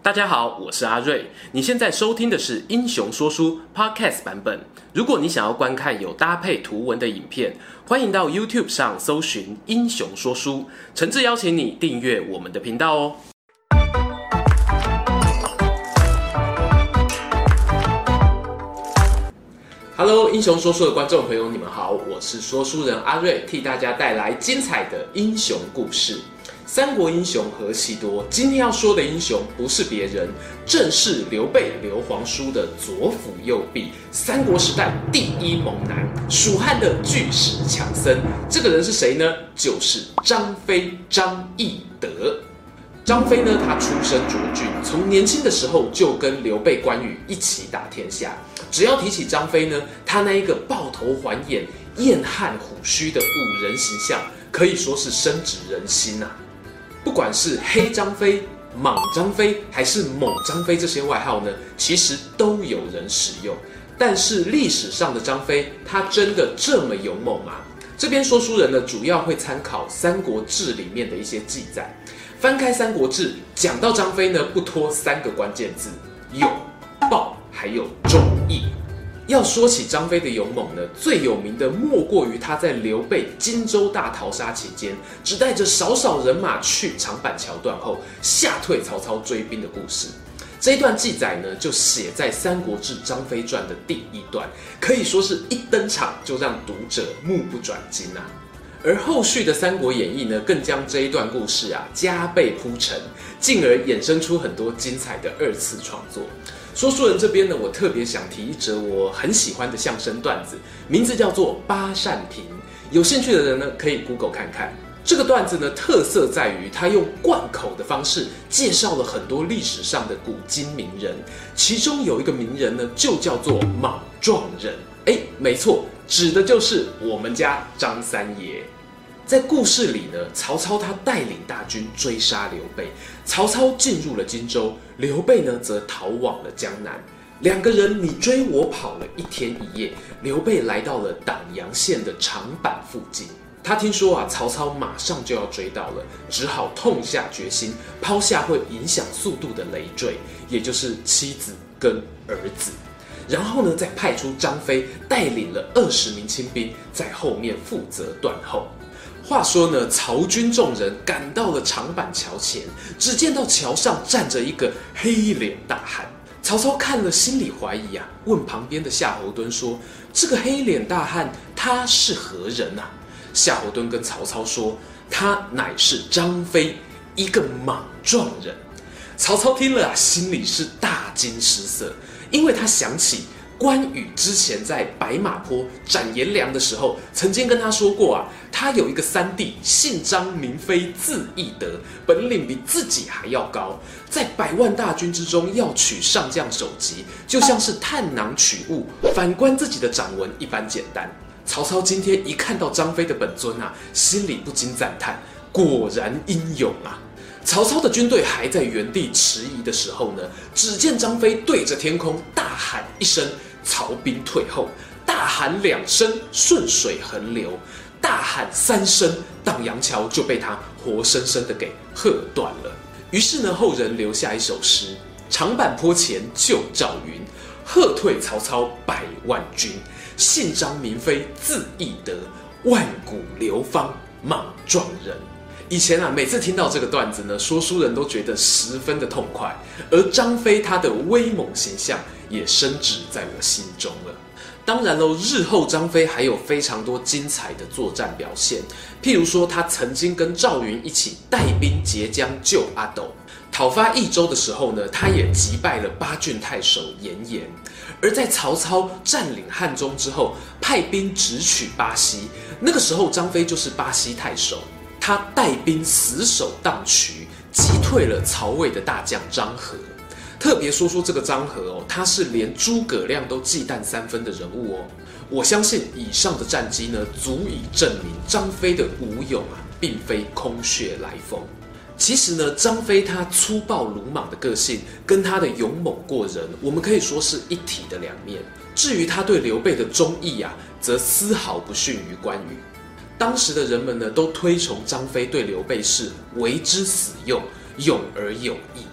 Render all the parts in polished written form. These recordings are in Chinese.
大家好，我是阿瑞。你现在收听的是《英雄说书》Podcast 版本。如果你想要观看有搭配图文的影片，欢迎到 YouTube 上搜寻《英雄说书》，诚挚邀请你订阅我们的频道哦。Hello， 英雄说书的观众朋友，你们好，我是说书人阿瑞，替大家带来精彩的英雄故事。三国英雄何其多，今天要说的英雄不是别人，正是刘备刘皇叔的左辅右弼，三国时代第一猛男，蜀汉的巨石强森。这个人是谁呢？就是张飞张翼德。张飞呢，他出身卓俊，从年轻的时候就跟刘备、关羽一起打天下。只要提起张飞呢，他那一个抱头环眼、燕汉虎须的武人形象，可以说是深植人心啊。不管是黑张飞、莽张飞还是猛张飞这些外号呢，其实都有人使用。但是历史上的张飞，他真的这么勇猛吗？这边说书人呢，主要会参考《三国志》里面的一些记载。翻开《三国志》，讲到张飞呢，不脱三个关键字：勇、暴，还有忠义。要说起张飞的勇猛呢，最有名的莫过于他在刘备荆州大逃杀期间，只带着少少人马去长板桥断后，吓退曹操追兵的故事。这一段记载呢，就写在《三国志·张飞传》的第一段，可以说是一登场就让读者目不转睛啊。而后续的《三国演义》呢，更将这一段故事加倍铺陈，进而衍生出很多精彩的二次创作。说书人这边呢，我特别想提一则我很喜欢的相声段子，名字叫做《八扇屏》。有兴趣的人呢，可以 Google 看看。这个段子呢，特色在于他用贯口的方式介绍了很多历史上的古今名人，其中有一个名人呢，就叫做莽撞人。没错，指的就是我们家张三爷。在故事里呢，曹操他带领大军追杀刘备，曹操进入了荆州，刘备呢则逃往了江南。两个人你追我跑了一天一夜，刘备来到了党阳县的长板附近。他听说曹操马上就要追到了，只好痛下决心，抛下会影响速度的累赘，也就是妻子跟儿子。然后呢，再派出张飞带领了20名亲兵在后面负责断后。话说呢，曹军众人赶到了长板桥前，只见到桥上站着一个黑脸大汉。曹操看了心里怀疑问旁边的夏侯惇说：“这个黑脸大汉他是何人啊？”夏侯惇跟曹操说：“他乃是张飞，一个莽撞人。”曹操听了心里是大惊失色，因为他想起关羽之前在白马坡斩颜良的时候，曾经跟他说过他有一个三弟，姓张名飞，字翼德，本领比自己还要高，在100万大军之中要取上将首级，就像是探囊取物，反观自己的掌纹一般简单。曹操今天一看到张飞的本尊心里不禁赞叹，果然英勇啊！曹操的军队还在原地迟疑的时候呢，只见张飞对着天空大喊一声：“曹兵退后！”大喊2声，顺水横流；大喊3声，党阳桥就被他活生生的给喝断了。于是呢，后人留下一首诗：“长坂坡前救赵云，喝退曹操100万军。姓张名飞，字翼德，万古流芳莽撞人。”以前每次听到这个段子呢，说书人都觉得十分的痛快，而张飞他的威猛形象也深植在我心中了。当然喽，日后张飞还有非常多精彩的作战表现，譬如说他曾经跟赵云一起带兵截江救阿斗，讨伐益州的时候呢，他也击败了巴郡太守严颜。而在曹操占领汉中之后，派兵直取巴西，那个时候张飞就是巴西太守。他带兵死守荡渠，击退了曹魏的大将张合。特别说这个张合他是连诸葛亮都忌惮3分的人物我相信以上的战绩呢，足以证明张飞的武勇并非空穴来风。其实呢，张飞他粗暴鲁莽的个性跟他的勇猛过人，我们可以说是一体的两面。至于他对刘备的忠义则丝毫不逊于关羽。当时的人们呢，都推崇张飞对刘备是为之死用，勇而有义。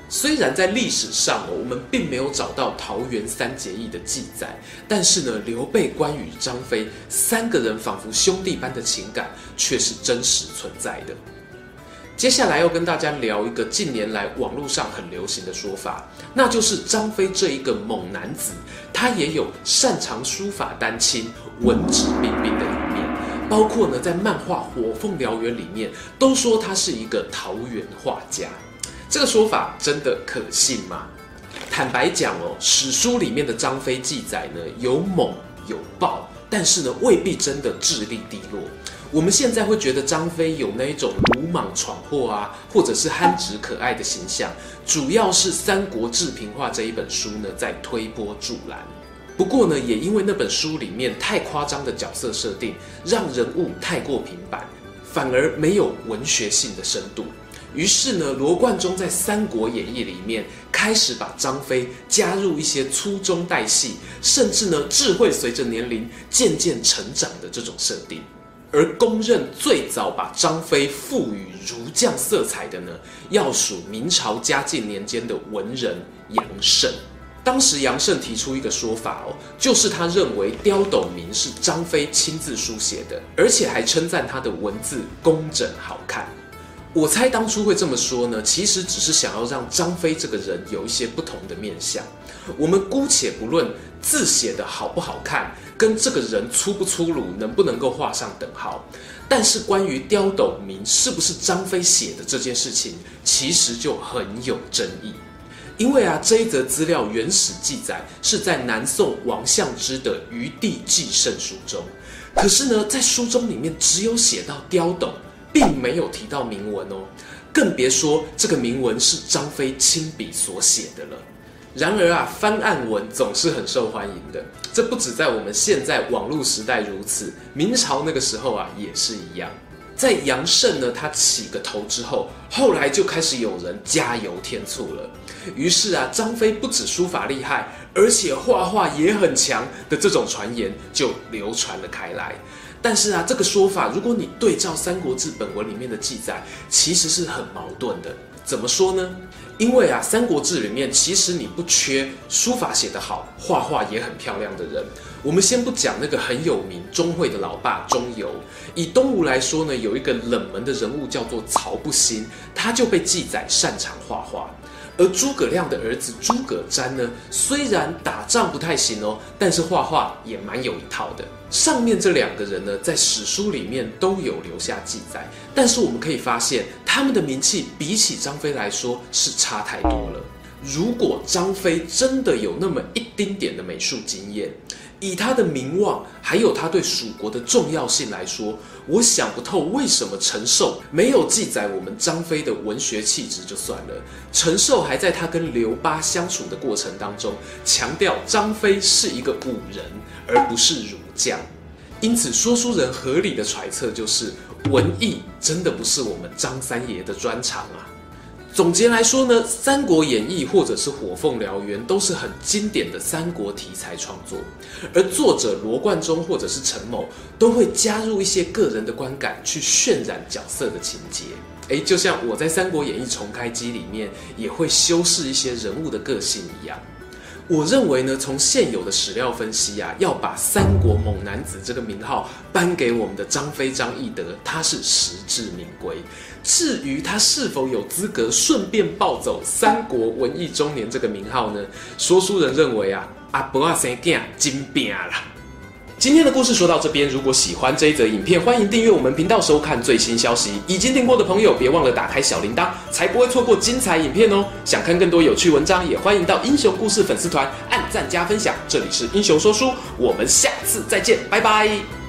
虽然在历史上我们并没有找到桃园三结义的记载，但是呢，刘备、关羽、张飞3个人仿佛兄弟般的情感却是真实存在的。接下来要跟大家聊一个近年来网络上很流行的说法，那就是张飞这一个猛男子，他也有擅长书法丹青、文质彬彬的一面。包括呢，在漫画《火凤燎原》里面，都说他是一个桃园画家。这个说法真的可信吗？坦白讲史书里面的张飞记载呢，有猛有暴，但是呢，未必真的智力低落。我们现在会觉得张飞有那一种鲁莽闯祸啊，或者是憨直可爱的形象，主要是《三国志平话》这一本书呢在推波助澜。不过呢，也因为那本书里面太夸张的角色设定，让人物太过平板，反而没有文学性的深度。于是呢，罗贯中在《三国演义》里面开始把张飞加入一些粗中带细，甚至呢智慧随着年龄渐渐成长的这种设定。而公认最早把张飞赋予儒将色彩的呢，要数明朝嘉靖年间的文人杨慎。当时杨慎提出一个说法就是他认为刁斗明是张飞亲自书写的，而且还称赞他的文字工整好看。我猜当初会这么说呢，其实只是想要让张飞这个人有一些不同的面向。我们姑且不论字写的好不好看，跟这个人粗不粗鲁能不能够画上等号，但是关于刁斗明是不是张飞写的这件事情，其实就很有争议。因为这一则资料原始记载是在南宋王相之的《余地记胜书》中，可是呢，在书中里面只有写到刁斗，并没有提到铭文更别说这个铭文是张飞亲笔所写的了。然而翻案文总是很受欢迎的，这不止在我们现在网络时代如此，明朝那个时候也是一样。在杨慎呢，他起个头之后，后来就开始有人加油添醋了。于是张飞不止书法厉害，而且画画也很强的这种传言就流传了开来。但是这个说法，如果你对照《三国志》本文里面的记载，其实是很矛盾的。怎么说呢？因为《三国志》里面其实你不缺书法写得好、画画也很漂亮的人。我们先不讲那个很有名钟会的老爸钟繇，以东吴来说呢，有一个冷门的人物叫做曹不兴，他就被记载擅长画画。而诸葛亮的儿子诸葛瞻呢，虽然打仗不太行但是画画也蛮有一套的。上面这2个人呢，在史书里面都有留下记载，但是我们可以发现，他们的名气比起张飞来说是差太多了。如果张飞真的有那么一丁点的美术经验，以他的名望，还有他对蜀国的重要性来说，我想不透为什么陈寿没有记载我们张飞的文学气质就算了，陈寿还在他跟刘巴相处的过程当中，强调张飞是一个武人，而不是儒将。因此，说书人合理的揣测就是，文艺真的不是我们张三爷的专长总结来说呢，《三国演义》或者是《火凤燎原》都是很经典的三国题材创作，而作者罗贯中或者是陈某都会加入一些个人的观感去渲染角色的情节。就像我在《三国演义重开机》里面也会修饰一些人物的个性一样。我认为呢，从现有的史料分析要把三国猛男子这个名号颁给我们的张飞张翼德，他是实至名归。至于他是否有资格顺便抱走三国文艺中年这个名号呢？说书人认为阿伯啊生囝真拼啦。今天的故事说到这边，如果喜欢这一则影片，欢迎订阅我们频道收看最新消息。已经订过的朋友，别忘了打开小铃铛，才不会错过精彩影片哦。想看更多有趣文章，也欢迎到英雄故事粉丝团按赞加分享。这里是英雄说书，我们下次再见，拜拜。